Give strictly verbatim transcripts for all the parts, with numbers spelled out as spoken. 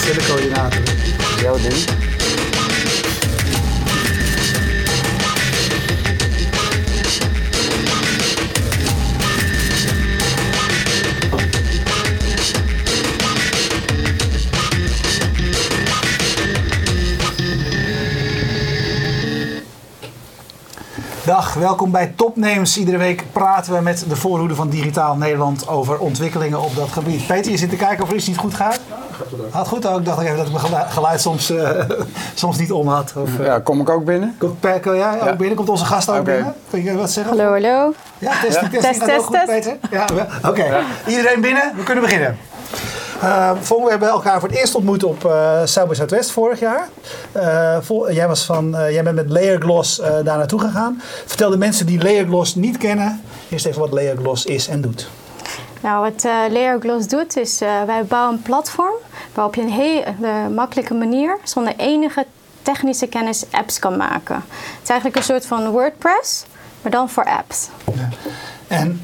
Cellencoördinaten. Jouw ding. Dag, welkom bij Topnames. Iedere week praten we met de voorhoede van Digitaal Nederland over ontwikkelingen op dat gebied. Peter, je zit te kijken of er iets niet goed gaat? Gaat goed ook. Gaat goed ook. Ik dacht even dat ik mijn geluid soms, uh, soms niet om had. Of, uh, Ja, kom ik ook binnen? Komt Perko, ja, ook Ja. binnen? Komt onze gast ook Oké. binnen? Kun je wat zeggen? Hallo, hallo. Ja, testing, testing. Test, Gaat test, ook goed, test. Peter? Ja, wel. Oké. Okay. Iedereen binnen? We kunnen beginnen. Uh, volgende, we hebben elkaar voor het eerst ontmoet op uh, South by Southwest vorig jaar. Uh, vol, jij, was van, uh, jij bent met Layer Gloss uh, daar naartoe gegaan. Vertel de mensen die Layer Gloss niet kennen eerst even wat Layer Gloss is en doet. Nou, wat uh, Layer Gloss doet is, uh, wij bouwen een platform waarop je een hele makkelijke manier, zonder enige technische kennis, apps kan maken. Het is eigenlijk een soort van WordPress, maar dan voor apps. Ja. En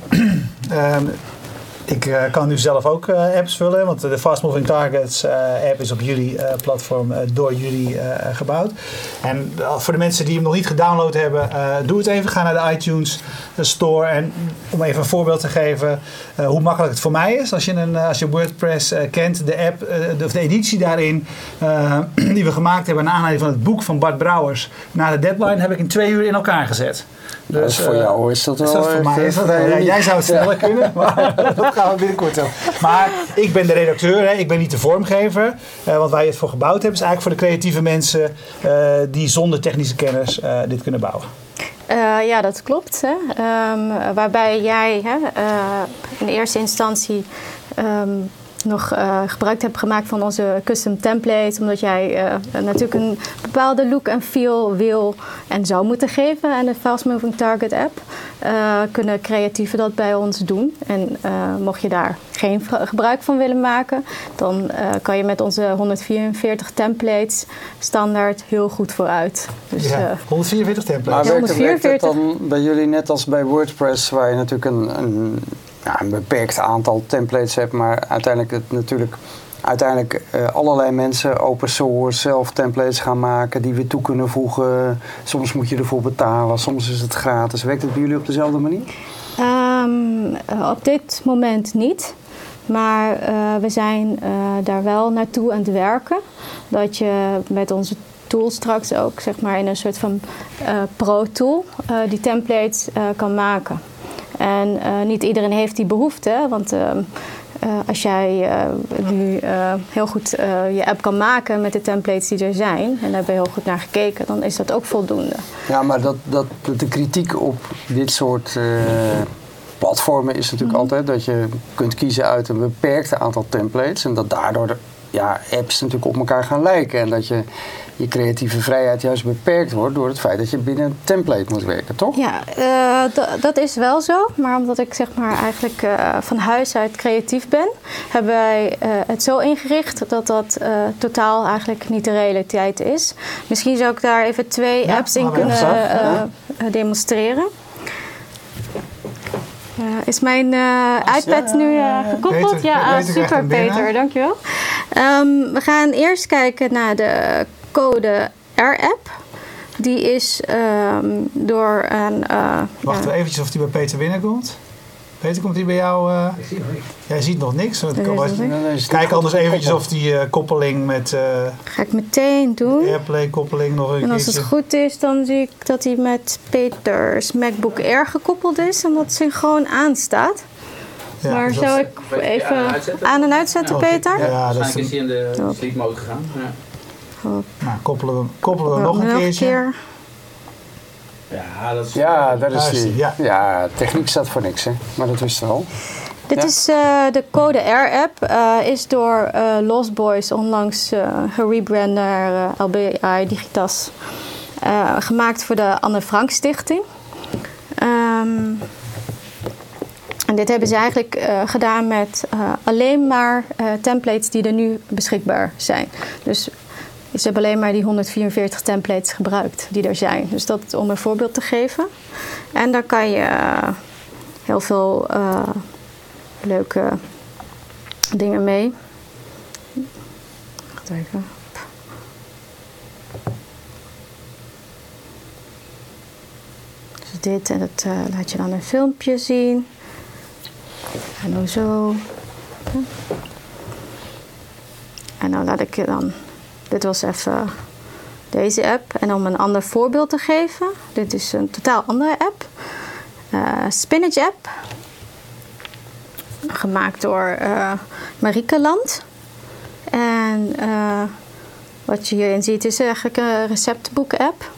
um, ik uh, kan nu zelf ook uh, apps vullen, want de Fast Moving Targets uh, app is op jullie uh, platform uh, door jullie uh, gebouwd. En uh, voor de mensen die hem nog niet gedownload hebben, uh, doe het even. Ga naar de iTunes Store en om even een voorbeeld te geven uh, hoe makkelijk het voor mij is. Als je, een, uh, als je WordPress uh, kent, de app, uh, de, of de editie daarin uh, die we gemaakt hebben naar aanleiding van het boek van Bart Brouwers na de deadline heb ik in twee uur in elkaar gezet. Dus, dus voor uh, jou is dat wel... Is dat voor mij? Is dat, uh, ja, jij zou het sneller ja. kunnen, maar dat gaan we binnenkort doen. Maar ik ben de redacteur, hè, ik ben niet de vormgever. Uh, want waar je het voor gebouwd hebt is eigenlijk voor de creatieve mensen uh, die zonder technische kennis uh, dit kunnen bouwen. Uh, ja, dat klopt. Hè. Um, waarbij jij hè, uh, in eerste instantie um, nog uh, gebruik hebt gemaakt van onze custom templates. Omdat jij uh, natuurlijk een bepaalde look en feel wil en zou moeten geven aan de Fast Moving Target app. Uh, kunnen creatieven dat bij ons doen. En uh, mocht je daar geen gebruik van willen maken, dan uh, kan je met onze honderdvierenveertig templates standaard heel goed vooruit. Dus, ja, uh, honderdvierenveertig templates. Maar ja, werkt, het, werkt het honderdvierenveertig dan bij jullie net als bij WordPress, waar je natuurlijk een, een, ja, een beperkt aantal templates hebt, maar uiteindelijk het natuurlijk uiteindelijk uh, allerlei mensen open source zelf templates gaan maken die we toe kunnen voegen. Soms moet je ervoor betalen, soms is het gratis. Werkt het bij jullie op dezelfde manier? Um, uh, op dit moment niet. Maar uh, we zijn uh, daar wel naartoe aan het werken. Dat je met onze tool straks ook zeg maar, in een soort van uh, pro-tool uh, die templates uh, kan maken. En uh, niet iedereen heeft die behoefte, want uh, uh, als jij uh, nu uh, heel goed uh, je app kan maken met de templates die er zijn, en daar hebben we heel goed naar gekeken, dan is dat ook voldoende. Ja, maar dat, dat, de kritiek op dit soort uh, platformen is natuurlijk mm-hmm. altijd dat je kunt kiezen uit een beperkt aantal templates en dat daardoor de ja, apps natuurlijk op elkaar gaan lijken en dat je je creatieve vrijheid juist beperkt wordt door het feit dat je binnen een template moet werken, toch? Ja, uh, d- dat is wel zo. Maar omdat ik zeg maar eigenlijk uh, van huis uit creatief ben, hebben wij uh, het zo ingericht dat dat uh, totaal eigenlijk niet de realiteit is. Misschien zou ik daar even twee ja, apps in kunnen uh, ja. uh, demonstreren. Uh, is mijn uh, iPad nu uh, gekoppeld? Peter, ja, Peter super Peter, dankjewel. Um, we gaan eerst kijken naar de Code R-app. Die is um, door een... Uh, Wachten we uh, eventjes of die bij Peter binnenkomt. Peter, komt die bij jou? Uh, ik zie nog niks. Jij ziet nog niks. Kan was, nog niks. Kijk anders eventjes of die uh, koppeling met... Uh, Ga ik meteen doen. Airplay koppeling nog een En als keertje. het goed is, dan zie ik dat hij met Peters MacBook Air gekoppeld is. En dat synchroon aanstaat. Ja, maar dus zou ik even aan, aan en uitzetten, ja, Peter? Ja, ja, dat is is hij in de sleep mode gegaan. Ja. Oh. Nou, koppelen we, koppelen we nog een nog keertje. Een keer. Ja, dat is... Ja, dat is die. Ja. ja, techniek staat voor niks, hè. Maar dat wisten we al. Dit ja. is uh, de Code R-app. Uh, is door uh, Lost Boys onlangs uh, gerebrand naar uh, L B I Digitas. Uh, gemaakt voor de Anne Frank Stichting. Um, en dit hebben ze eigenlijk uh, gedaan met uh, alleen maar uh, templates die er nu beschikbaar zijn. Dus ze hebben alleen maar die honderdvierenveertig templates gebruikt die er zijn. Dus dat om een voorbeeld te geven. En daar kan je uh, heel veel uh, leuke dingen mee. Wacht even. Dus dit en dat uh, laat je dan een filmpje zien. En dan zo. En dan laat ik je dan... Dit was even deze app. En om een ander voorbeeld te geven. Dit is een totaal andere app. Uh, Spinach app. Gemaakt door uh, Marieke Land. En uh, wat je hierin ziet is eigenlijk een receptenboek app.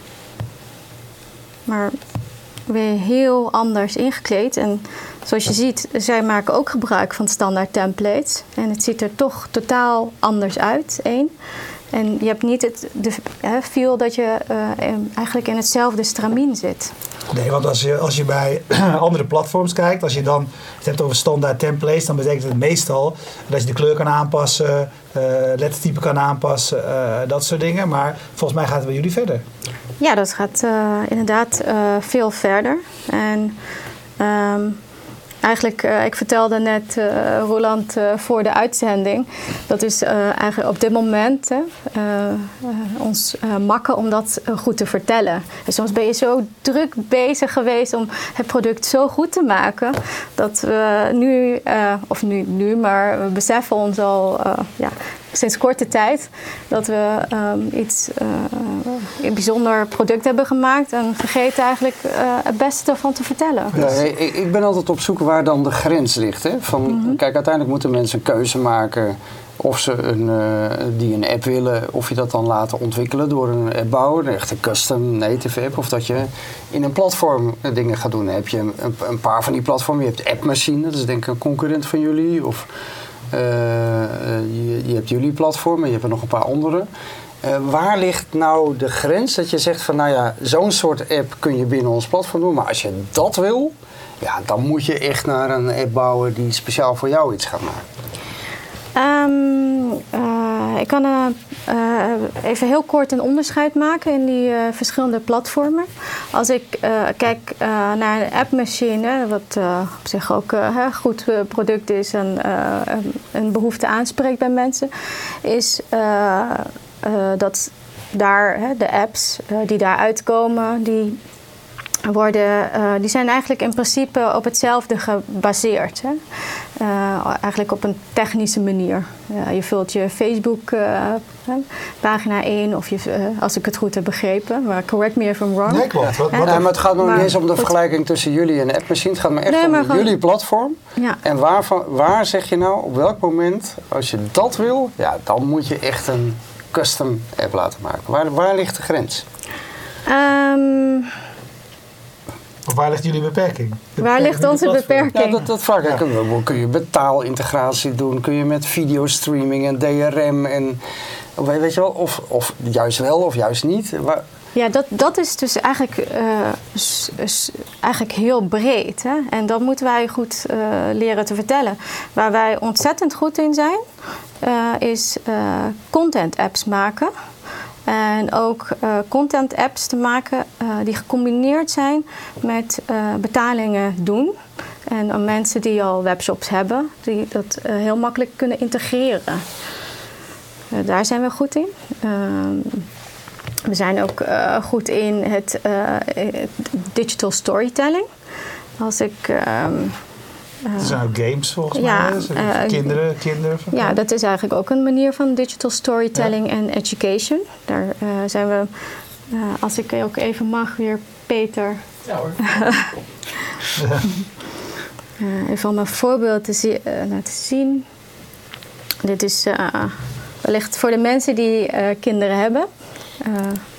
Maar weer heel anders ingekleed. En zoals je ziet, zij maken ook gebruik van standaard templates. En het ziet er toch totaal anders uit, één. En je hebt niet het de, hè, feel dat je uh, in, eigenlijk in hetzelfde stramien zit. Nee, want als je, als je bij andere platforms kijkt, als je dan het hebt over standaard templates, dan betekent het meestal dat je de kleur kan aanpassen, uh, lettertype kan aanpassen, uh, dat soort dingen. Maar volgens mij gaat het bij jullie verder. Ja, dat gaat uh, inderdaad uh, veel verder. En um, eigenlijk, uh, ik vertelde net uh, Roland uh, voor de uitzending, dat is uh, eigenlijk op dit moment uh, uh, ons uh, makken om dat uh, goed te vertellen. En soms ben je zo druk bezig geweest om het product zo goed te maken, dat we nu, uh, of nu, nu, maar we beseffen ons al uh, ja, sinds korte tijd dat we um, iets, uh, een bijzonder product hebben gemaakt en vergeten eigenlijk uh, het beste ervan te vertellen. Ja, ik, ik ben altijd op zoek waar dan de grens ligt. Hè? Van, mm-hmm. Kijk, uiteindelijk moeten mensen een keuze maken of ze een, uh, die een app willen, of je dat dan laten ontwikkelen door een appbouwer, een echte custom native app, of dat je in een platform dingen gaat doen. Dan heb je een, een paar van die platformen. Je hebt AppMachine, dat is denk ik een concurrent van jullie, of Uh, je, je hebt jullie platform en je hebt er nog een paar andere. Uh, waar ligt nou de grens dat je zegt van nou ja, zo'n soort app kun je binnen ons platform doen, maar als je dat wil, ja, dan moet je echt naar een app bouwen die speciaal voor jou iets gaat maken. Um, uh, ik kan uh, uh, even heel kort een onderscheid maken in die uh, verschillende platformen. Als ik uh, kijk uh, naar een appmachine, wat uh, op zich ook een uh, goed uh, product is en uh, een behoefte aanspreekt bij mensen, is uh, uh, dat daar uh, de apps uh, die daar uitkomen, die worden, uh, die zijn eigenlijk in principe op hetzelfde gebaseerd. Hè? Uh, eigenlijk op een technische manier. Uh, je vult je Facebook uh, pagina in, of je, uh, als ik het goed heb begrepen. Maar correct me if I'm wrong. Nee, klopt. Wat, wat nee, maar het gaat nog maar, niet eens om de goed. vergelijking tussen jullie en AppMachine. Het gaat maar echt nee, maar om gewoon, jullie platform. Ja. En waar, waar zeg je nou, op welk moment, als je dat wil, ja, dan moet je echt een custom app laten maken. Waar, waar ligt de grens? Um, Of waar ligt jullie beperking? De waar ligt onze platform? beperking? Ja, dat, dat vraag ik. Ja. Kun, kun je betaalintegratie doen? Kun je met videostreaming en D R M en weet je wel? Of, of juist wel of juist niet? Waar... Ja, dat, dat is dus eigenlijk, uh, s, s, eigenlijk heel breed. Hè? En dat moeten wij goed uh, leren te vertellen. Waar wij ontzettend goed in zijn, uh, is uh, content apps maken. En ook uh, content apps te maken uh, die gecombineerd zijn met uh, betalingen doen. En aan mensen die al webshops hebben, die dat uh, heel makkelijk kunnen integreren. Uh, daar zijn we goed in. Uh, we zijn ook uh, goed in het uh, digital storytelling. Als ik... Uh, Uh, er zijn ook games volgens ja, mij. Uh, kinderen, kinderen. Ja, dat is eigenlijk ook een manier van digital storytelling ja. en education. Daar uh, zijn we, uh, als ik ook even mag, weer Peter. Ja hoor. ja. uh, even om een voorbeeld te zi- uh, laten zien. Dit is uh, wellicht voor de mensen die uh, kinderen hebben. Uh,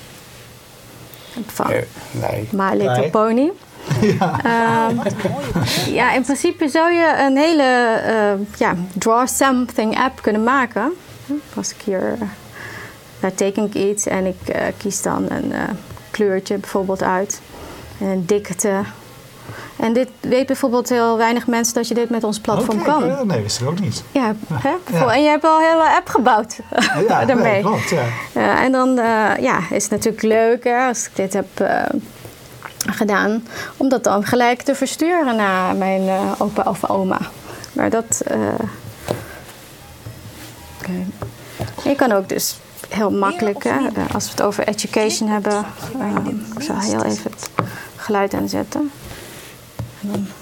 van nee, nee. My Little nee. Pony. Ja. Um, ja, in principe zou je een hele uh, ja, Draw Something app kunnen maken. Als ik hier, uh, daar teken ik iets en ik uh, kies dan een uh, kleurtje bijvoorbeeld uit. En een dikte. En dit weet bijvoorbeeld heel weinig mensen dat je dit met ons platform okay, kan. Uh, nee, wist ik ook niet. Ja, hè? Ja. En je hebt al een hele app gebouwd ja, daarmee. Nee, klopt, ja. Uh, en dan uh, ja, is het natuurlijk leuk hè, als ik dit heb... Uh, gedaan, om dat dan gelijk te versturen naar mijn uh, opa of oma. Maar dat... Uh... Okay. Je kan ook dus heel makkelijk, hè, als we het over education hebben. Uh, ik zal heel even het geluid aanzetten. En dan,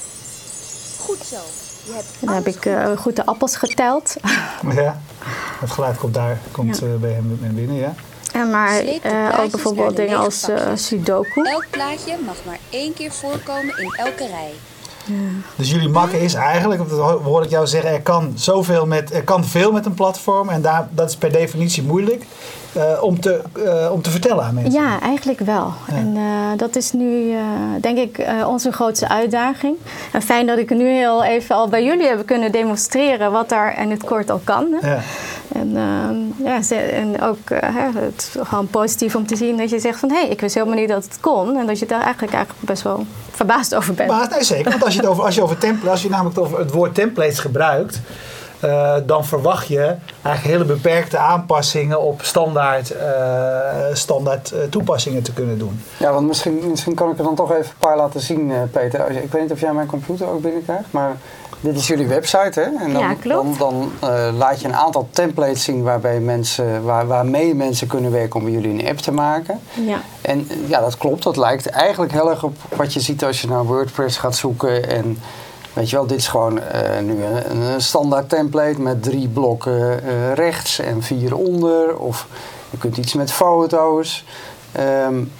Goed zo. Je hebt dan heb ik uh, goed de appels geteld. Ja, het geluid komt daar komt, Ja. uh, bij hem binnen, ja. En maar Sleep de uh, ook plaatjes bijvoorbeeld naar de dingen lege als uh, pakjes. Sudoku. Elk plaatje mag maar één keer voorkomen in elke rij. Dus jullie makken is eigenlijk, dat hoor ik jou zeggen, er kan zoveel met, er kan veel met een platform en daar, dat is per definitie moeilijk uh, om, te, uh, om te vertellen aan mensen. Ja, eigenlijk wel. Ja. En uh, dat is nu, uh, denk ik, uh, onze grootste uitdaging. En fijn dat ik nu heel even al bij jullie heb kunnen demonstreren wat daar in het kort al kan. Hè? Ja. En, uh, ja, ze- en ook uh, hè, het is gewoon positief om te zien dat je zegt van... hé, hey, ik wist helemaal niet dat het kon. En dat je daar eigenlijk, eigenlijk best wel verbaasd over bent. Maar nee, zeker, want als je, het over, als je, over template, als je namelijk over het woord templates gebruikt, uh, dan verwacht je eigenlijk hele beperkte aanpassingen op standaard, uh, standaard uh, toepassingen te kunnen doen. Ja, want misschien, misschien kan ik er dan toch even een paar laten zien, uh, Peter. Als je- Ik weet niet of jij mijn computer ook binnenkrijgt, maar dit is jullie website, hè? En dan, Ja, klopt. dan, dan uh, laat je een aantal templates zien waarbij mensen, waar, waarmee mensen kunnen werken om bij jullie een app te maken. Ja. En uh, ja, dat klopt. Dat lijkt eigenlijk heel erg op wat je ziet als je naar WordPress gaat zoeken. En weet je wel, dit is gewoon uh, nu een, een standaard template met drie blokken uh, rechts en vier onder. Of je kunt iets met foto's. Um,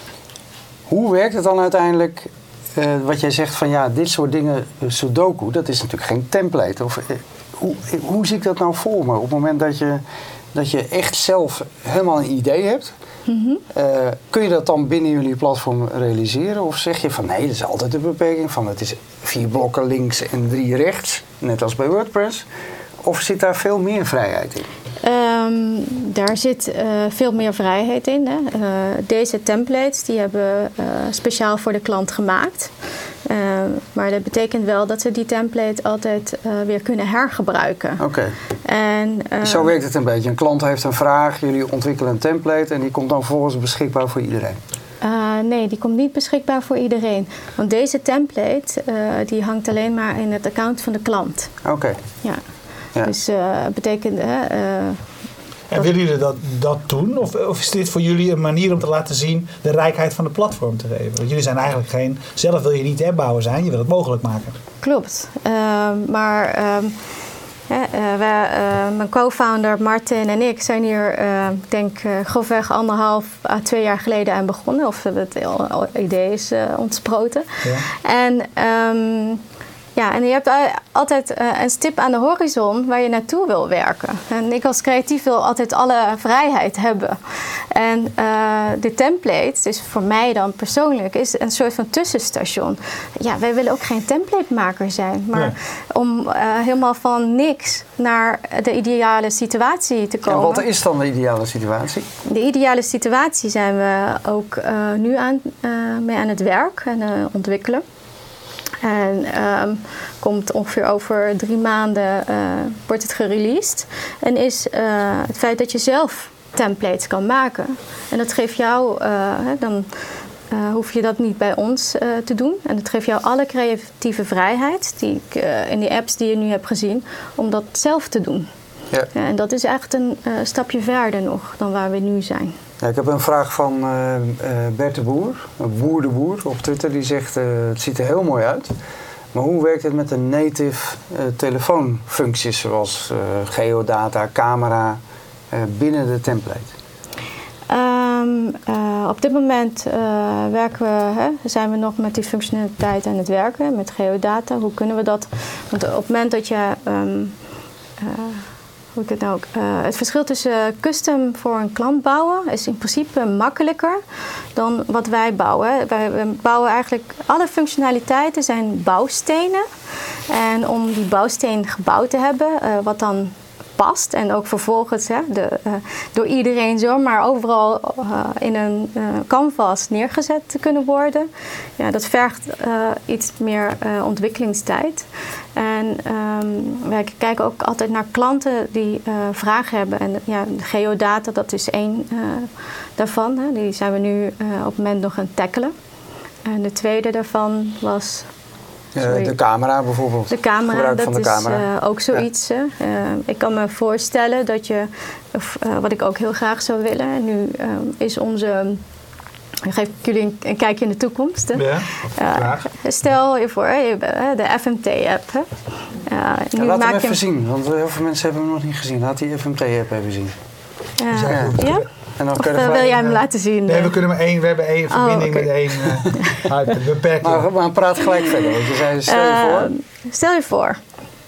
hoe werkt het dan uiteindelijk? Uh, wat jij zegt van ja, dit soort dingen, uh, Sudoku, dat is natuurlijk geen template. Of, uh, hoe, hoe zie ik dat nou voor me? Op het moment dat je, dat je echt zelf helemaal een idee hebt, Mhm. uh, kun je dat dan binnen jullie platform realiseren? Of zeg je van nee, dat is altijd de beperking van het is vier blokken links en drie rechts, net als bij WordPress? Of zit daar veel meer vrijheid in? Um, daar zit uh, veel meer vrijheid in. Hè. Uh, deze templates die hebben we uh, speciaal voor de klant gemaakt. Uh, maar dat betekent wel dat ze die template altijd uh, weer kunnen hergebruiken. Oké, okay. En, uh, Zo werkt het een beetje. Een klant heeft een vraag, jullie ontwikkelen een template en die komt dan vervolgens beschikbaar voor iedereen. Uh, nee, die komt niet beschikbaar voor iedereen. Want deze template uh, die hangt alleen maar in het account van de klant. Oké. Okay. Ja. Ja. Dus dat uh, betekent... Uh, En willen jullie dat, dat doen? Of, of is dit voor jullie een manier om te laten zien de rijkheid van de platform te geven? Want jullie zijn eigenlijk geen... Zelf wil je niet de appbouwer zijn, je wil het mogelijk maken. Klopt. Uh, maar... Um, Ja, uh, wij, uh, mijn co-founder Martin en ik zijn hier, uh, ik denk, uh, grofweg anderhalf à twee jaar geleden aan begonnen. Of het idee is uh, ontsproten. Ja. En, um, ja, en je hebt altijd uh, een stip aan de horizon waar je naartoe wil werken. En ik als creatief wil altijd alle vrijheid hebben. En uh, de template, dus voor mij dan persoonlijk, is een soort van tussenstation. Ja, wij willen ook geen template-maker zijn. Maar Nee. om uh, helemaal van niks naar de ideale situatie te komen. En wat is dan de ideale situatie? De ideale situatie zijn we ook uh, nu aan, uh, mee aan het werk en uh, ontwikkelen. En um, komt ongeveer over drie maanden uh, wordt het gereleased. En is uh, het feit dat je zelf templates kan maken. En dat geeft jou, uh, hè, dan uh, hoef je dat niet bij ons uh, te doen. En dat geeft jou alle creatieve vrijheid die ik, uh, in die apps die je nu hebt gezien, om dat zelf te doen. Ja. Ja, en dat is echt een uh, stapje verder nog dan waar we nu zijn. Ja, ik heb een vraag van uh, uh, Bert de Boer, Boer de Boer op Twitter. Die zegt, uh, het ziet er heel mooi uit. Maar hoe werkt het met de native uh, telefoonfuncties zoals uh, geodata, camera uh, binnen de template? Um, uh, op dit moment uh, werken we, hè, zijn we nog met die functionaliteit aan het werken, met geodata. Hoe kunnen we dat? Want op het moment dat je... Um, uh, hoe ik het, nou ook, uh, het verschil tussen custom voor een klant bouwen is in principe makkelijker dan wat wij bouwen. Wij, wij bouwen eigenlijk, alle functionaliteiten zijn bouwstenen. En om die bouwsteen gebouwd te hebben, uh, wat dan past en ook vervolgens hè, de, uh, door iedereen zomaar overal uh, in een uh, canvas neergezet te kunnen worden. Ja, dat vergt uh, iets meer uh, ontwikkelingstijd. En um, wij kijken ook altijd naar klanten die uh, vragen hebben. En ja, geodata, dat is één uh, daarvan. Hè. Die zijn we nu uh, op het moment nog aan het tackelen. En de tweede daarvan was... Uh, de camera bijvoorbeeld. De camera, Gebruik dat van de is camera. Uh, ook zoiets. Ja. Uh, ik kan me voorstellen dat je, of, uh, wat ik ook heel graag zou willen, nu uh, is onze... Dan geef ik jullie een, een kijkje in de toekomst. Hè. Ja, graag. Uh, stel je voor, hè, de F M T-app. Hè. Uh, ja, nu laat maak hem even hem... zien, want heel veel mensen hebben hem nog niet gezien. Laat die F M T-app even zien. Uh, ja? ja? En dan of uh, wil jij hem uh, laten zien? Nee, we, kunnen maar één, we hebben één verbinding oh, okay. met één uh, beperking. Maar, maar praat gelijk verder. Want je zei, stel je uh, voor. Stel je voor.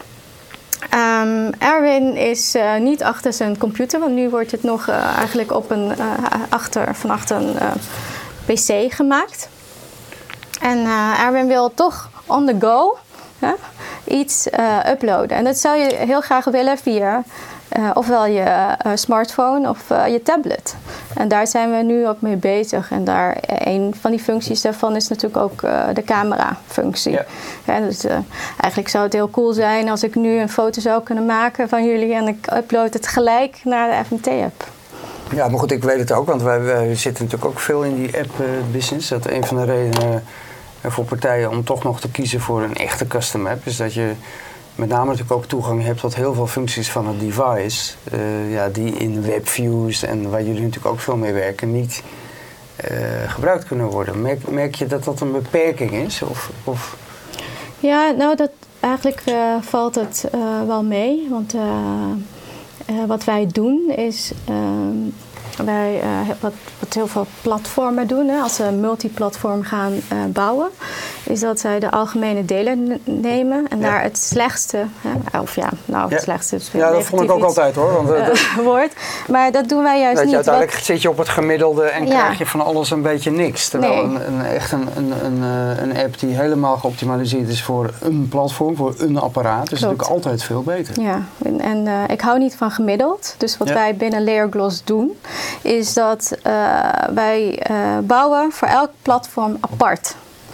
Um, Erwin is uh, niet achter zijn computer, want nu wordt het nog uh, eigenlijk op een, uh, achter, van achter een uh, P C gemaakt. En uh, Erwin wil toch on the go hè, iets uh, uploaden. En dat zou je heel graag willen via uh, ofwel je uh, smartphone of uh, je tablet. En daar zijn we nu ook mee bezig. En daar, een van die functies daarvan is natuurlijk ook uh, de camera-functie. Ja. Ja, dus, uh, eigenlijk zou het heel cool zijn als ik nu een foto zou kunnen maken van jullie en ik upload het gelijk naar de F M T-app. Ja, maar goed, ik weet het ook, want wij, wij zitten natuurlijk ook veel in die app-business. Dat een van de redenen voor partijen om toch nog te kiezen voor een echte custom app is dat je met name natuurlijk ook toegang hebt tot heel veel functies van het device. Uh, ja, die in webviews en waar jullie natuurlijk ook veel mee werken niet uh, gebruikt kunnen worden. Merk, merk je dat dat een beperking is? Of, of... Ja, nou dat eigenlijk uh, valt het uh, wel mee. Want uh, uh, wat wij doen is uh, wij uh, wat, wat heel veel platformen doen, hè, als ze een multiplatform gaan uh, bouwen, is dat zij de algemene delen nemen en ja. daar het slechtste, hè, of ja, nou het ja. slechtste is ja, dat vond ik ook altijd hoor. Want, uh, dat, woord. Maar dat doen wij juist dat niet. Je uiteindelijk wat, zit je op het gemiddelde en ja. krijg je van alles een beetje niks. Terwijl nee. een, een, echt een, een, een, een app die helemaal geoptimaliseerd is voor een platform, voor een apparaat, is natuurlijk altijd veel beter. Ja, en, en uh, ik hou niet van gemiddeld. Dus wat ja. wij binnen Layergloss doen, is dat uh, wij uh, bouwen voor elk platform apart.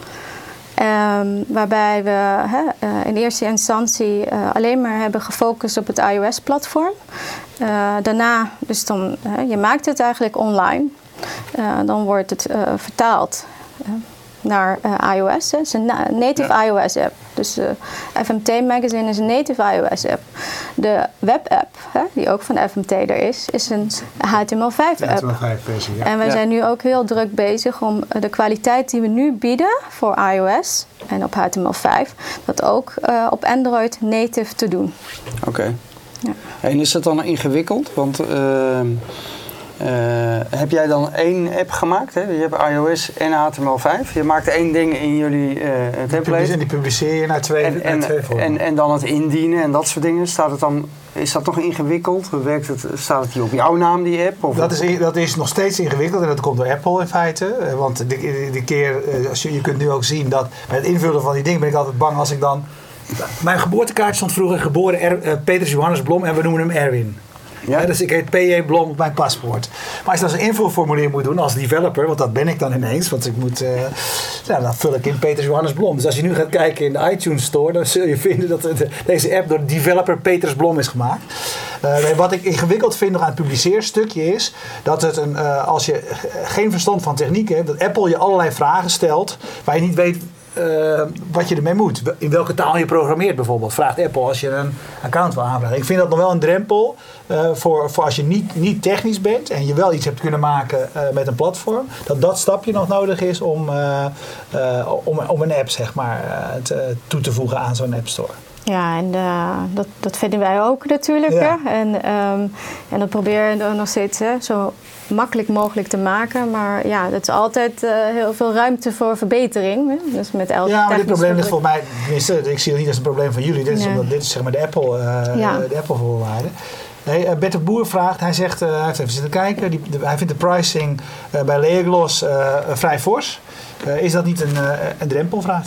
Um, waarbij we hè, uh, in eerste instantie uh, alleen maar hebben gefocust op het iOS-platform. Uh, daarna, dus dan, uh, je maakt het eigenlijk online. Uh, dan wordt het uh, vertaald uh, naar uh, iOS. Het is een na- native ja. iOS-app. Dus de F M T Magazine is een native iOS-app. De web-app, hè, die ook van F M T er is, is een H T M L vijf app. H T M L vijf versie, ja. En wij ja. zijn nu ook heel druk bezig om de kwaliteit die we nu bieden voor iOS en op H T M L vijf, dat ook uh, op Android native te doen. Oké. Okay. Ja. En is dat dan ingewikkeld? Want uh, Uh, heb jij dan één app gemaakt? Hè? Je hebt iOS en H T M L vijf. Je maakt één ding in jullie uh, template. En die publiceer je naar twee, en, naar en, twee vormen. En, en dan het indienen en dat soort dingen. Staat het dan, is dat nog ingewikkeld? Werkt het, staat het hier op jouw naam, die app? Of dat, is, dat is nog steeds ingewikkeld en dat komt door Apple in feite. Want de, de, de keer, als je, je kunt nu ook zien dat bij het invullen van die dingen ben ik altijd bang als ik dan... Mijn geboortekaart stond vroeger geboren er, uh, Petrus Johannes Blom en we noemen hem Erwin. Ja? Ja, dus ik heet P J Blom op mijn paspoort. Maar als je dan zo'n invulformulier moet doen als developer, want dat ben ik dan ineens, want ik moet, uh, ja, dan vul ik in Petrus Johannes Blom. Dus als je nu gaat kijken in de iTunes Store, dan zul je vinden dat de, deze app door de developer Petrus Blom is gemaakt. Uh, wat ik ingewikkeld vind nog aan het publiceerstukje is dat het een, uh, als je geen verstand van techniek hebt, dat Apple je allerlei vragen stelt waar je niet weet Uh, wat je ermee moet. In welke taal je programmeert bijvoorbeeld. Vraagt Apple als je een account wil aanvragen. Ik vind dat nog wel een drempel uh, voor, voor als je niet, niet technisch bent en je wel iets hebt kunnen maken uh, met een platform. Dat dat stapje nog nodig is om, uh, uh, om, om een app zeg maar, uh, te, toe te voegen aan zo'n App Store. Ja, en uh, dat, dat vinden wij ook natuurlijk. Ja. Hè? En, um, en dat proberen we nog steeds hè, zo makkelijk mogelijk te maken. Maar ja, dat is altijd uh, heel veel ruimte voor verbetering. Hè? Dus met elke ja, maar dit probleem is volgens mij, tenminste, ik zie het niet als een probleem van jullie. Dit is, nee. omdat, dit is zeg maar de Apple, uh, ja. de Apple voorwaarden. Nee, uh, Bert de Boer vraagt, hij zegt, uh, hij heeft even zitten kijken, die, de, hij vindt de pricing uh, bij Layergloss uh, vrij fors. Uh, is dat niet een, uh, een drempel, vraagt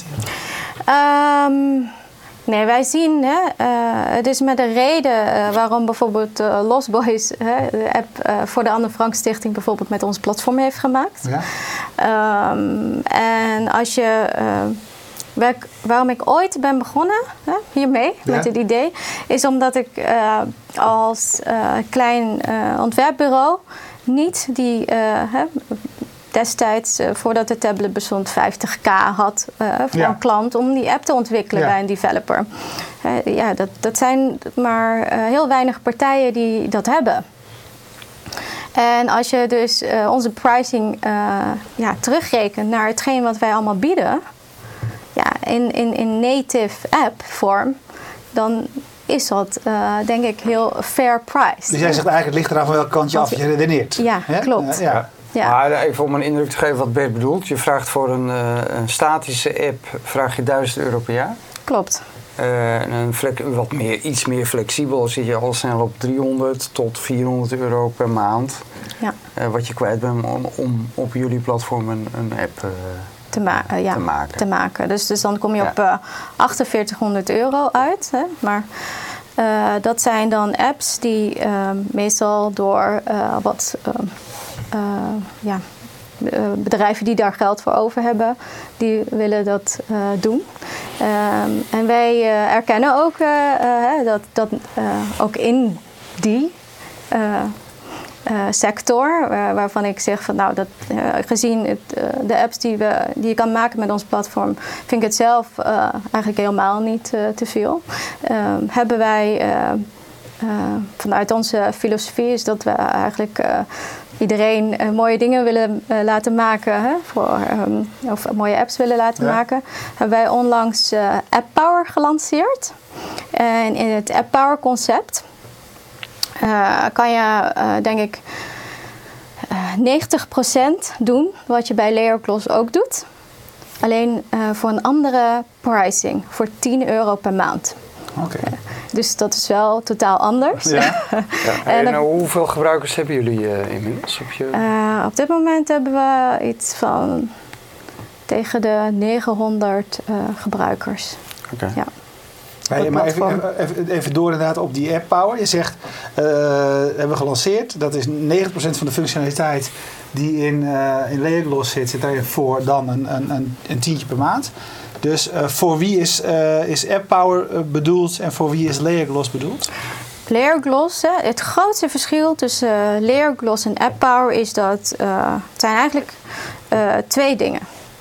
hij? Um, Nee, wij zien, hè, uh, het is met een reden uh, waarom bijvoorbeeld uh, Lost Boys, hè, de app uh, voor de Anne Frank Stichting bijvoorbeeld met ons platform heeft gemaakt. Ja. Um, en als je, uh, waar, waarom ik ooit ben begonnen hè, hiermee, ja. met dit idee, is omdat ik uh, als uh, klein uh, ontwerpbureau niet die... Uh, hè, destijds, uh, voordat de tablet bestond, vijftig k had uh, voor Ja. een klant om die app te ontwikkelen Ja. bij een developer. Uh, ja, dat, dat zijn maar uh, heel weinig partijen die dat hebben. En als je dus uh, onze pricing uh, ja, terugrekent naar hetgeen wat wij allemaal bieden, ja, in, in, in native app vorm, dan is dat uh, denk ik heel fair price. Dus jij zegt eigenlijk, het ligt eraan van welke kant je Want- af je redeneert. Ja, Hè? klopt. Uh, ja. Ja. Maar even om een indruk te geven wat Bert bedoelt. Je vraagt voor een, uh, een statische app vraag je duizend euro per jaar. Klopt. Uh, en een flex, wat meer, iets meer flexibel zit je al snel op driehonderd tot vierhonderd euro per maand. Ja. Uh, wat je kwijt bent om, om op jullie platform een, een app uh, Te, ma- uh, ja, te maken. te maken. Dus, dus dan kom je Ja. op uh, achtenveertighonderd euro uit. Hè? Maar uh, dat zijn dan apps die uh, meestal door uh, wat uh, uh, ja, uh, bedrijven die daar geld voor over hebben, die willen dat uh, doen. Um, en wij uh, erkennen ook uh, uh, dat, dat uh, ook in die uh, Uh, sector, uh, waarvan ik zeg van nou, dat, uh, gezien het, uh, de apps die, we, die je kan maken met ons platform, vind ik het zelf uh, eigenlijk helemaal niet uh, te veel. Uh, hebben wij uh, uh, vanuit onze filosofie is dat we eigenlijk uh, iedereen uh, mooie dingen willen uh, laten maken, hè, voor, um, of mooie apps willen laten Ja. maken. Hebben wij onlangs uh, App Power gelanceerd. En in het App Power concept Uh, kan je, uh, denk ik, uh, negentig procent doen wat je bij Layergloss ook doet. Alleen uh, voor een andere pricing, voor tien euro per maand. Oké. Uh, dus dat is wel totaal anders. Ja. Ja. En En, dan- uh, hoeveel gebruikers hebben jullie uh, inmiddels op je... Uh, op dit moment hebben we iets van tegen de negenhonderd uh, gebruikers. Oké. Ja. Hey, maar even, platform. even, even door inderdaad op die app Power. Je zegt, uh, hebben we gelanceerd. Dat is negentig procent van de functionaliteit die in, uh, in Layergloss zit, zit daarin voor dan een, een, een, een tientje per maand. Dus uh, voor wie is, uh, is App Power uh, bedoeld en voor wie is Layergloss bedoeld? Layergloss, hè, het grootste verschil tussen uh, Layergloss en App Power is dat uh, het zijn eigenlijk uh, twee dingen.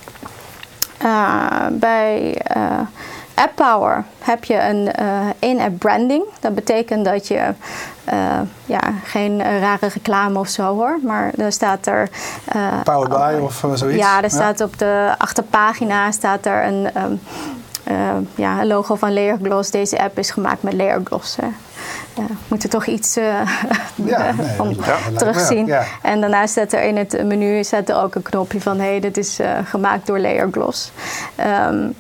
Uh, bij uh, App Power heb je een uh, in-app branding. Dat betekent dat je uh, ja, geen uh, rare reclame of zo hoor, maar er staat er uh, Powered by of uh, zoiets? ja, er staat op de achterpagina staat er een, um, uh, ja, een logo van Layergloss. Deze app is gemaakt met Layergloss. Hè. Ja, we moeten toch iets uh, Ja, nee, van dat lijkt me terugzien. wel, ja. En daarnaast staat er in het menu staat er ook een knopje van hé, hey, dit is uh, gemaakt door Layergloss. Um,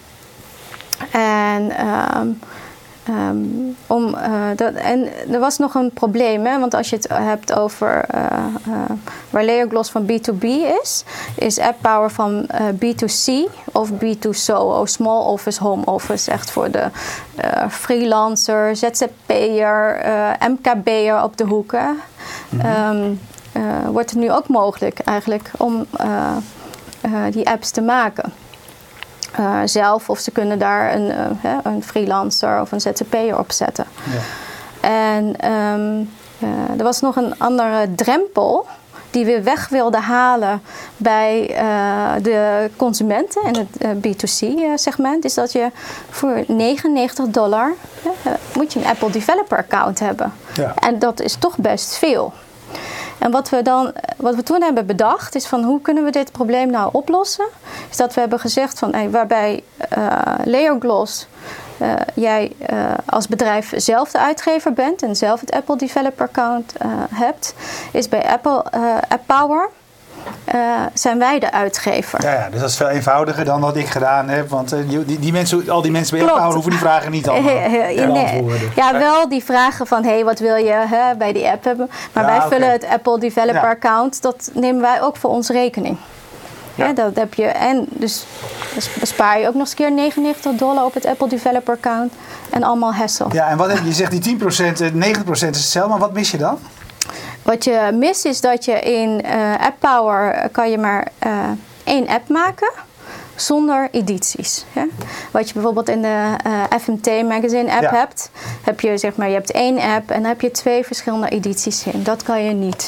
en um, Um, om, uh, dat, en er was nog een probleem, hè? Want als je het hebt over uh, uh, waar Layergloss van B to B is, is App Power van uh, B to C of B to S O, O, Small Office, Home Office, echt voor de uh, freelancer, Z Z P'er, uh, M K B'er op de hoeken. Mm-hmm. Um, uh, wordt het nu ook mogelijk eigenlijk om uh, uh, die apps te maken. Uh, zelf of ze kunnen daar een, uh, hè, een freelancer of een Z Z P'er op zetten. Ja. En um, uh, er was nog een andere drempel die we weg wilden halen bij uh, de consumenten in het uh, B to C segment, is dat je voor negenennegentig dollar uh, moet je een Apple Developer Account hebben. Ja. En dat is toch best veel. En wat we, dan, wat we toen hebben bedacht is van hoe kunnen we dit probleem nou oplossen? Is dat we hebben gezegd van hey, waarbij uh, Layergloss uh, jij uh, als bedrijf zelf de uitgever bent en zelf het Apple Developer Account uh, hebt, is bij Apple uh, App Power Uh, zijn wij de uitgever. Ja, ja, dus dat is veel eenvoudiger dan wat ik gedaan heb. Want uh, die, die mensen, al die mensen bij App Power hoeven die vragen niet allemaal he, he, te nee. beantwoorden. Ja, wel die vragen van, hé, hey, wat wil je hè, bij die app hebben? Maar ja, wij okay. vullen het Apple Developer ja. Account, dat nemen wij ook voor ons rekening. Ja. Ja, dat heb je. En dus bespaar je ook nog eens keer negenennegentig dollar op het Apple Developer Account en allemaal hassle. Ja, en wat heb je? Je zegt die tien procent, negentig procent is hetzelfde, maar wat mis je dan? Wat je mist is dat je in uh, App Power kan je maar uh, één app maken zonder edities. Ja? Wat je bijvoorbeeld in de uh, F M T Magazine app ja. hebt, heb je zeg maar je hebt één app en dan heb je twee verschillende edities in. Dat kan je niet.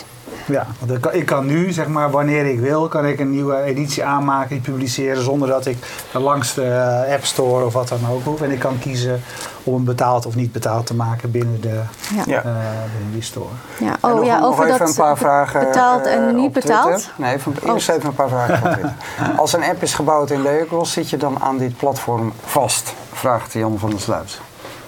Ja, want ik kan, ik kan nu, zeg maar, wanneer ik wil, kan ik een nieuwe editie aanmaken, die publiceren, zonder dat ik de langste uh, App Store of wat dan ook hoef. En ik kan kiezen om hem betaald of niet betaald te maken binnen, de, Ja. Ja. uh, binnen die store. Ja, En oh nog- ja, nog over even dat een paar vragen, betaald eh, en niet op Twitter. betaald. Nee, van, eerst Oh. even een paar vragen van Twitter. Als een app is gebouwd in Leogos, zit je dan aan dit platform vast? Vraagt Jan van der Sluis.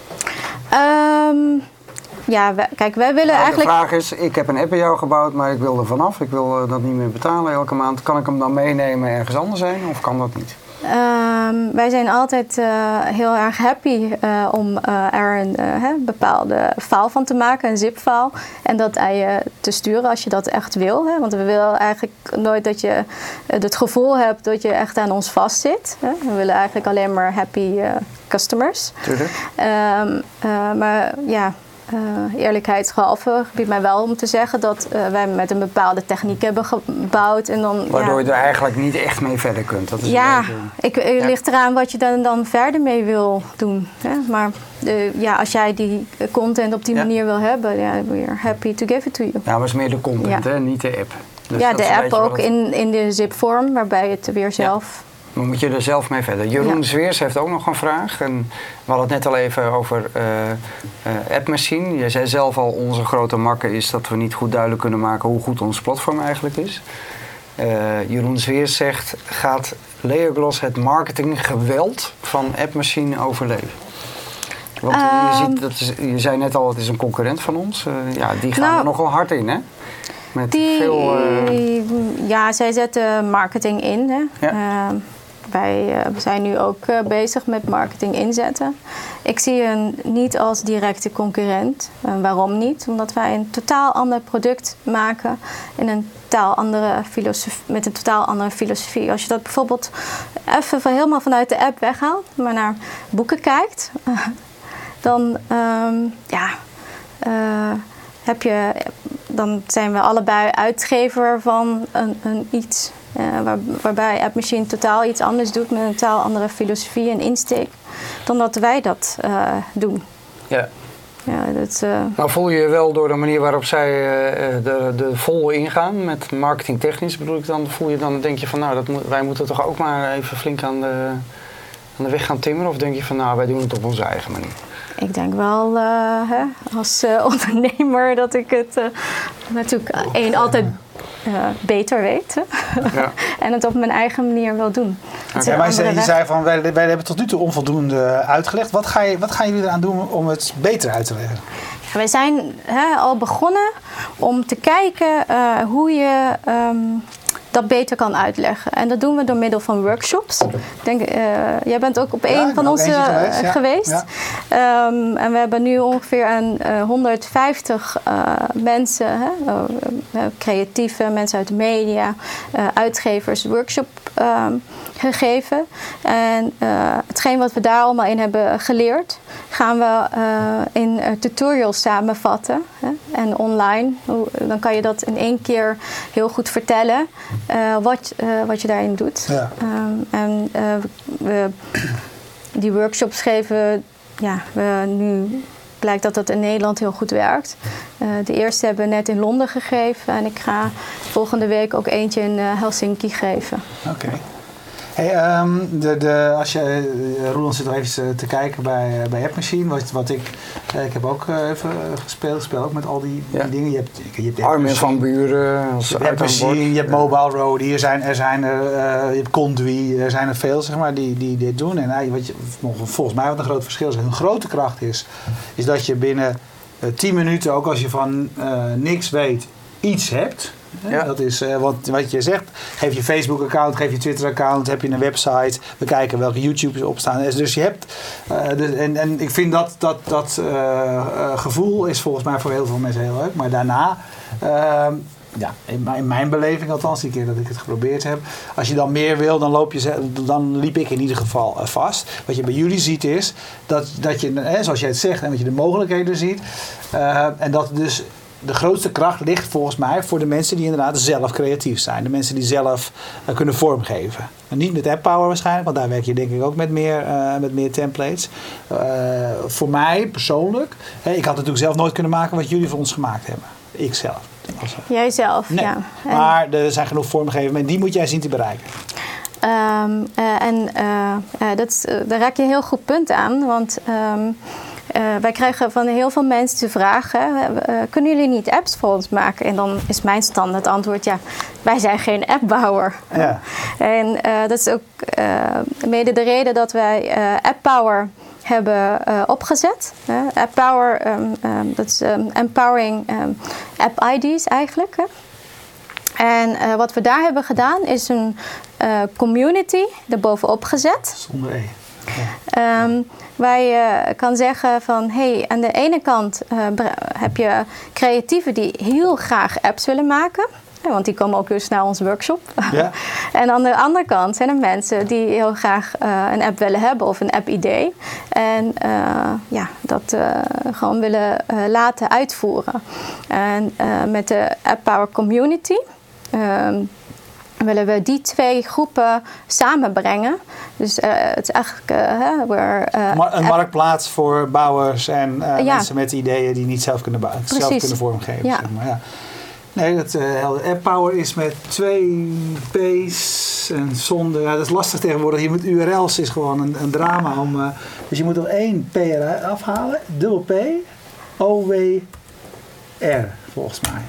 Um, ja, wij, kijk, wij willen Nou, eigenlijk... De vraag is, ik heb een app bij jou gebouwd, maar ik wil er vanaf. Ik wil uh, dat niet meer betalen elke maand. Kan ik hem dan meenemen ergens anders heen of kan dat niet? Um, wij zijn altijd uh, heel erg happy uh, om uh, er een uh, hè, bepaalde file van te maken, een zip-file. En dat aan je te sturen als je dat echt wil. Hè? Want we willen eigenlijk nooit dat je uh, het gevoel hebt dat je echt aan ons vastzit. Hè? We willen eigenlijk alleen maar happy uh, customers. Tuurlijk. Um, uh, maar ja... Uh, eerlijkheidshalve biedt mij wel om te zeggen dat uh, wij met een bepaalde techniek hebben gebouwd. En dan, Waardoor ja, je er eigenlijk niet echt mee verder kunt. Dat is ja, een beetje... ik, het Ja. ligt eraan wat je dan, dan verder mee wil doen. Hè? Maar uh, ja, als jij die content op die Ja. manier wil hebben, ja, we're happy to give it to you. Ja, maar het is meer de content, Ja. hè? Niet de app. Dus ja, dat is de een app beetje ook wat het- in, in de zip-vorm, waarbij je het weer zelf... Maar moet je er zelf mee verder. Jeroen Ja. Zweers heeft ook nog een vraag. En we hadden het net al even over uh, uh, AppMachine. Je zei zelf al, onze grote makker is dat we niet goed duidelijk kunnen maken hoe goed ons platform eigenlijk is. Uh, Jeroen Zweers zegt, gaat Leogloss het marketinggeweld van AppMachine overleven? Want uh, je, Um, ziet, dat is, je zei net al, het is een concurrent van ons. Uh, ja, die gaan Nou, er nogal hard in, hè? Met Die, veel... Uh, ja, zij zetten marketing in. Hè. Ja. Uh, wij uh, zijn nu ook uh, bezig met marketing inzetten. Ik zie hen niet als directe concurrent. Uh, waarom niet? Omdat wij een totaal ander product maken in een totaal andere filosofie, met een totaal andere filosofie. Als je dat bijvoorbeeld even van, helemaal vanuit de app weghaalt, maar naar boeken kijkt, uh, dan um, ja. Uh, heb je, dan zijn we allebei uitgever van een, een iets. Uh, waar, waarbij AppMachine totaal iets anders doet met een totaal andere filosofie en insteek dan dat wij dat uh, doen. ja. Ja, dat, uh, Maar voel je je wel door de manier waarop zij uh, de, de vol ingaan, met marketingtechnisch bedoel ik dan, voel je dan, denk je van nou, dat moet, wij moeten toch ook maar even flink aan de, aan de weg gaan timmeren? Of denk je van nou, wij doen het op onze eigen manier? Ik denk wel uh, hè, als uh, ondernemer dat ik het uh, natuurlijk één altijd uh, beter weet. Ja. En het op mijn eigen manier wil doen. Okay. Maar je, je zei van wij, wij hebben tot nu toe onvoldoende uitgelegd. Wat, ga je, wat gaan jullie eraan doen om het beter uit te leggen? Ja, wij zijn hè, al begonnen om te kijken uh, hoe je um, dat beter kan uitleggen. En dat doen we door middel van workshops. Ik denk, uh, jij bent ook op een ja, van onze geweest. Ja. geweest. Ja. Um, en we hebben nu ongeveer een uh, honderdvijftig uh, mensen, hè, uh, creatieve mensen uit de media, uh, uitgevers, workshop um, gegeven. En uh, hetgeen wat we daar allemaal in hebben geleerd, gaan we uh, in uh, tutorials samenvatten. Hè? En online, dan kan je dat in één keer heel goed vertellen uh, wat, uh, wat je daarin doet. Ja. Um, en uh, we, die workshops geven, ja, we nu blijkt dat dat in Nederland heel goed werkt. Uh, de eerste hebben we net in Londen gegeven en ik ga volgende week ook eentje in uh, Helsinki geven. Oké. Okay. Hey, um, de, de, als je, uh, Roland zit nog even te kijken bij, uh, bij AppMachine, wat, wat ik, uh, ik heb ook uh, even gespeeld, speel ook met al die, ja. die dingen. Je hebt, je hebt Armin van Buren, als je hebt AppMachine, je hebt Mobile Roadie, er zijn er, zijn er uh, je hebt Conduit, er zijn er veel zeg maar, die, die dit doen. En uh, wat je, volgens mij wat een groot verschil is, hun grote kracht is, is dat je binnen uh, tien minuten, ook als je van uh, niks weet, iets hebt. Ja. Dat is uh, wat, wat je zegt. Geef je Facebook-account, geef je Twitter-account, heb je een website. We kijken welke YouTubers opstaan. Dus je hebt. Uh, dus, en, en ik vind dat dat, dat uh, uh, gevoel is volgens mij voor heel veel mensen heel leuk. Maar daarna. Uh, ja, in mijn, in mijn beleving althans, die keer dat ik het geprobeerd heb. Als je dan meer wil, dan, loop je, dan liep ik in ieder geval uh, vast. Wat je bij jullie ziet is dat, dat je, hè, zoals jij het zegt, en dat je de mogelijkheden ziet. Uh, en dat dus. De grootste kracht ligt volgens mij voor de mensen die inderdaad zelf creatief zijn. De mensen die zelf uh, kunnen vormgeven. En niet met AppPower waarschijnlijk, want daar werk je denk ik ook met meer, uh, met meer templates. Uh, voor mij persoonlijk, hè, ik had natuurlijk zelf nooit kunnen maken wat jullie voor ons gemaakt hebben. Ik zelf. Als- Jijzelf, Nee, ja. En, maar er zijn genoeg vormgevingen en die moet jij zien te bereiken. Um, uh, en uh, uh, dat is, uh, daar raak je een heel goed punt aan. Want um, uh, wij krijgen van heel veel mensen de vraag... Hè, uh, kunnen jullie niet apps voor ons maken? En dan is mijn standaard antwoord... ja, wij zijn geen appbouwer. Ja. En uh, dat is ook uh, mede de reden dat wij uh, AppPower hebben uh, opgezet. Uh, AppPower, um, um, dat is um, empowering um, app I D's eigenlijk... Hè. En uh, wat we daar hebben gedaan is een uh, community erbovenop gezet. Zonder E. Ja. Um, waar je kan zeggen van... hey, aan de ene kant uh, heb je creatieven die heel graag apps willen maken. Ja, want die komen ook dus naar ons workshop. Ja. En aan de andere kant zijn er mensen die heel graag uh, een app willen hebben of een app-idee. En uh, ja, dat uh, gewoon willen uh, laten uitvoeren. En uh, met de AppPower Community... Um, willen we die twee groepen samenbrengen. Dus uh, het is eigenlijk... Uh, where, uh, Maar een marktplaats voor bouwers en uh, ja. mensen met ideeën die niet zelf kunnen bouwen, zelf kunnen vormgeven. Ja. Zeg maar. Ja. Nee, dat uh, helder. AppPower is met twee P's en zonder... Ja, dat is lastig tegenwoordig. Je moet U R L's is gewoon een, een drama om... Uh, dus je moet er één P eruit afhalen. Dubbel P. O W R, volgens mij.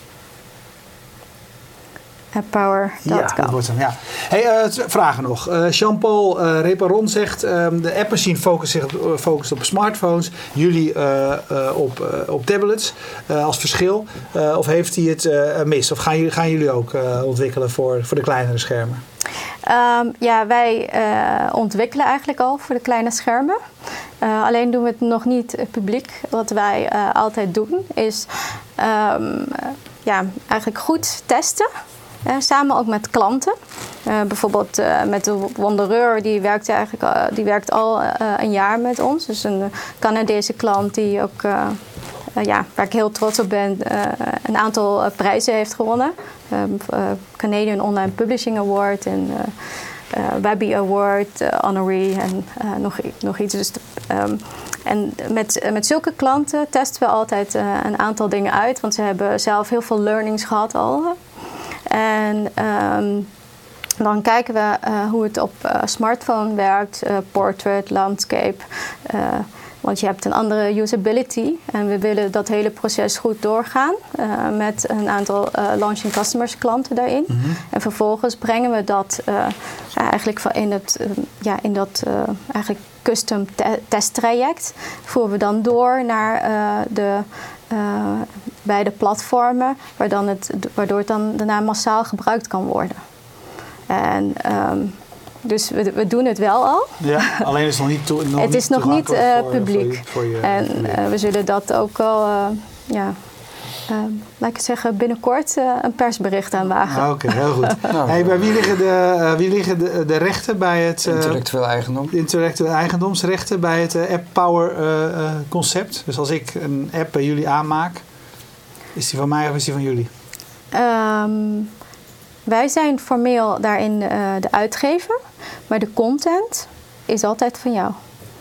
apppower punt com. Ja, dat wordt hem, ja. Hey, uh, vragen nog. Uh, Jean-Paul uh, Reparon zegt... Um, de App Machine focust zich op, uh, focust op smartphones. Jullie uh, uh, op, uh, op tablets uh, als verschil. Uh, of heeft hij het uh, mis? Of gaan jullie, gaan jullie ook uh, ontwikkelen voor, voor de kleinere schermen? Um, ja, wij uh, ontwikkelen eigenlijk al voor de kleine schermen. Uh, alleen doen we het nog niet uh, publiek. Wat wij uh, altijd doen is um, uh, ja, eigenlijk goed testen. Uh, samen ook met klanten. Uh, bijvoorbeeld uh, met de Wondereur, die werkt, eigenlijk, uh, die werkt al uh, een jaar met ons. Dus een Canadese klant die ook, uh, uh, ja, waar ik heel trots op ben, uh, een aantal uh, prijzen heeft gewonnen. Uh, uh, Canadian Online Publishing Award en uh, uh, Webby Award, uh, Honoree en uh, nog, nog iets. Dus, um, en met, met zulke klanten testen we altijd uh, een aantal dingen uit. Want ze hebben zelf heel veel learnings gehad al. En um, dan kijken we uh, hoe het op uh, smartphone werkt, uh, portrait, landscape. Uh, want je hebt een andere usability. En we willen dat hele proces goed doorgaan uh, met een aantal uh, launching customers klanten daarin. Mm-hmm. En vervolgens brengen we dat uh, eigenlijk in, het, uh, ja, in dat uh, eigenlijk custom te- testtraject. Voeren we dan door naar uh, de... Uh, bij de platformen, waar dan het, waardoor het dan daarna massaal gebruikt kan worden. En um, dus we, we doen het wel al. Ja, alleen is het nog niet toe, nog Het niet is nog niet uh, voor, publiek. Voor je, voor je, en voor je. uh, we zullen dat ook al, uh, ja, uh, laat ik het zeggen, binnenkort uh, een persbericht aanwagen. Ah, Oké, okay, heel goed. nou, hey, bij wie liggen de, uh, wie liggen de, de rechten bij het... Uh, intellectueel eigendom. Intellectuele eigendomsrechten bij het uh, AppPower uh, uh, concept. Dus als ik een app bij jullie aanmaak, is die van mij of is die van jullie? Um, wij zijn formeel daarin uh, de uitgever, maar de content is altijd van jou.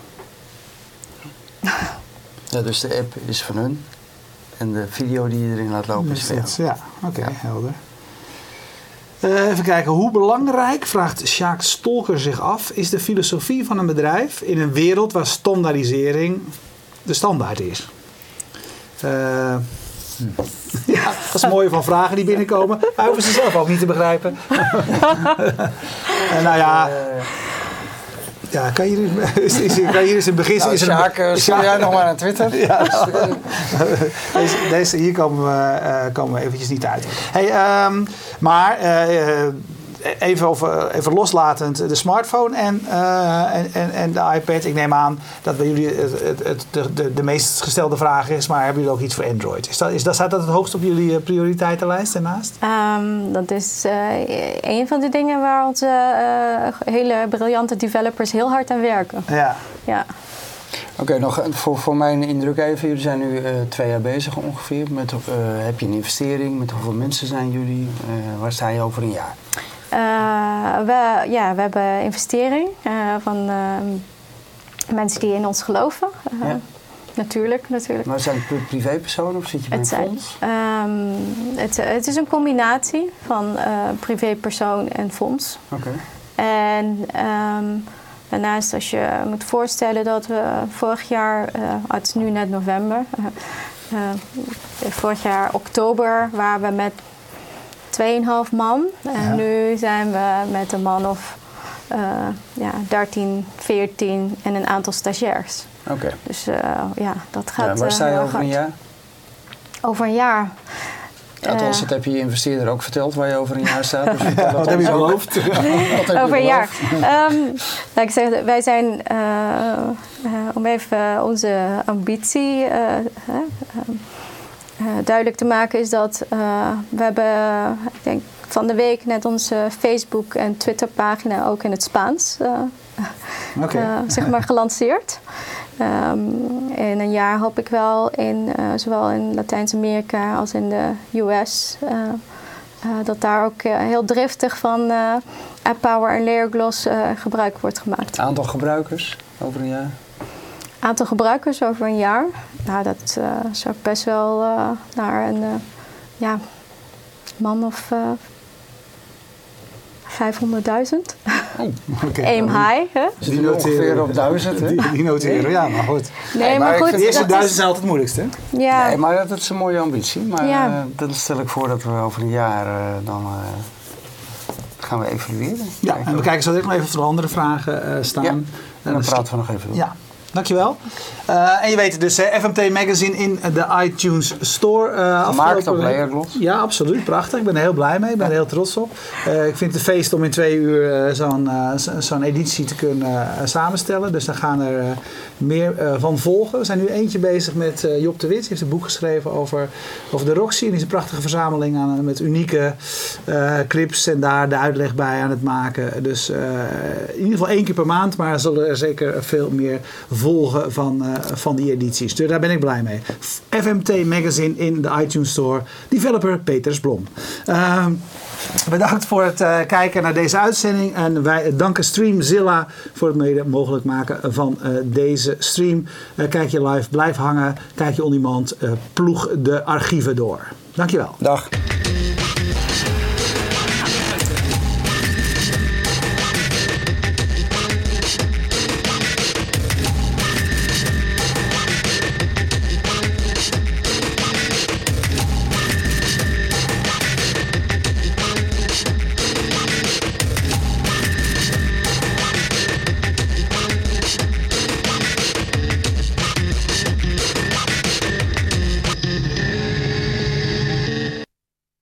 Ja, dus de app is van hun en de video die je erin laat lopen is van jou. Ja, oké, okay, ja. helder. Uh, even kijken, hoe belangrijk, vraagt Sjaak Stolker zich af, is de filosofie van een bedrijf in een wereld waar standaardisering de standaard is? Uh, hm. Ja, dat is mooi van vragen die binnenkomen. Maar hoeven ze zelf ook niet te begrijpen. uh, nou ja... Ja, kan je hier, is, is, kan je hier eens een begin... Nou, Sjaak, uh, stuur jij nog maar naar Twitter? Ja, deze, deze, hier komen we, uh, komen we eventjes niet uit. Hey, um, maar uh, even, over, even loslatend de smartphone en, uh, en, en, en de iPad. Ik neem aan dat bij jullie het, het, het, de, de, de meest gestelde vraag is, maar hebben jullie ook iets voor Android? Is dat, is dat, staat dat het hoogst op jullie prioriteitenlijst daarnaast? Um, dat is uh, een van de dingen waar onze uh, hele briljante developers heel hard aan werken. Ja. Ja. Oké, okay, nog voor, voor mijn indruk even. Jullie zijn nu uh, twee jaar bezig ongeveer. Met, uh, heb je een investering? Met hoeveel mensen zijn jullie? Uh, waar sta je over een jaar? Uh, we, ja, we hebben investering uh, van uh, mensen die in ons geloven. Uh, ja. Natuurlijk, natuurlijk. Maar zijn het privépersonen of zit je bij een Het, zijn, fonds? um, het, het is een combinatie van uh, privépersoon en fonds. Oké. En um, daarnaast, als je moet voorstellen dat we vorig jaar, uh, het is nu net november, uh, uh, vorig jaar oktober waren we met twee en een half man. En Ja. nu zijn we met een man of uh, ja, dertien, veertien en een aantal stagiairs. Oké. Okay. Dus uh, ja, dat gaat. Ja, waar sta je uh, over een jaar? Over een jaar. Althans, Uh, dat heb je je investeerder ook verteld waar je over een jaar staat. Dus dat Wat heb je beloofd? over een jaar. Um, laat ik zeggen, wij zijn, uh, uh, om even onze ambitie uh, uh, uh, duidelijk te maken, is dat uh, we hebben, ik denk, van de week net onze Facebook- en Twitter-pagina ook in het Spaans uh, Okay. uh, zeg maar gelanceerd. Um, in een jaar hoop ik wel in uh, zowel in Latijns-Amerika als in de U S uh, uh, dat daar ook uh, heel driftig van uh, AppPower en Layergloss uh, gebruik wordt gemaakt. Aantal gebruikers over een jaar? Aantal gebruikers over een jaar? Nou, dat uh, zou ik best wel uh, naar een uh, ja, man of uh, vijfhonderdduizend. Oh, okay. Aim high, hè? Dus die ongeveer op duizend, hè? Die, die noteren, ja, maar goed. Nee, Nee, maar maar ik goed. vind De eerste dat duizend is- zijn altijd het moeilijkste. Ja, Nee, maar dat is een mooie ambitie. Maar Ja. uh, dan stel ik voor dat we over een jaar uh, dan uh, gaan we evalueren. Ja, en we kijken zo direct nog even of er andere vragen uh, staan. Ja. En En dan praten we nog even door. Ja, dankjewel. Uh, en je weet het dus, hè, F M T Magazine in de iTunes Store. Uh, Gemaakt afgelopen- op Layergloss. Ja, absoluut. Prachtig. Ik ben er heel blij mee. Ik ben er heel trots op. Uh, ik vind het een feest om in twee uur uh, zo'n uh, zo- zo'n editie te kunnen uh, samenstellen. Dus daar gaan er uh, meer uh, van volgen. We zijn nu eentje bezig met uh, Job de Wit. Die heeft een boek geschreven over, over de Roxy. En die is een prachtige verzameling aan, met unieke uh, clips en daar de uitleg bij aan het maken. Dus uh, in ieder geval één keer per maand. Maar er zullen er zeker veel meer volgen van, uh, van die edities. Dus daar ben ik blij mee. F M T Magazine in de iTunes Store. Developer Peters Blom. Uh, bedankt voor het uh, kijken naar deze uitzending. En wij danken Streamzilla voor het mede mogelijk maken van uh, deze stream. Uh, kijk je live, blijf hangen. Kijk je on demand. Uh, ploeg de archieven door. Dankjewel. Dag.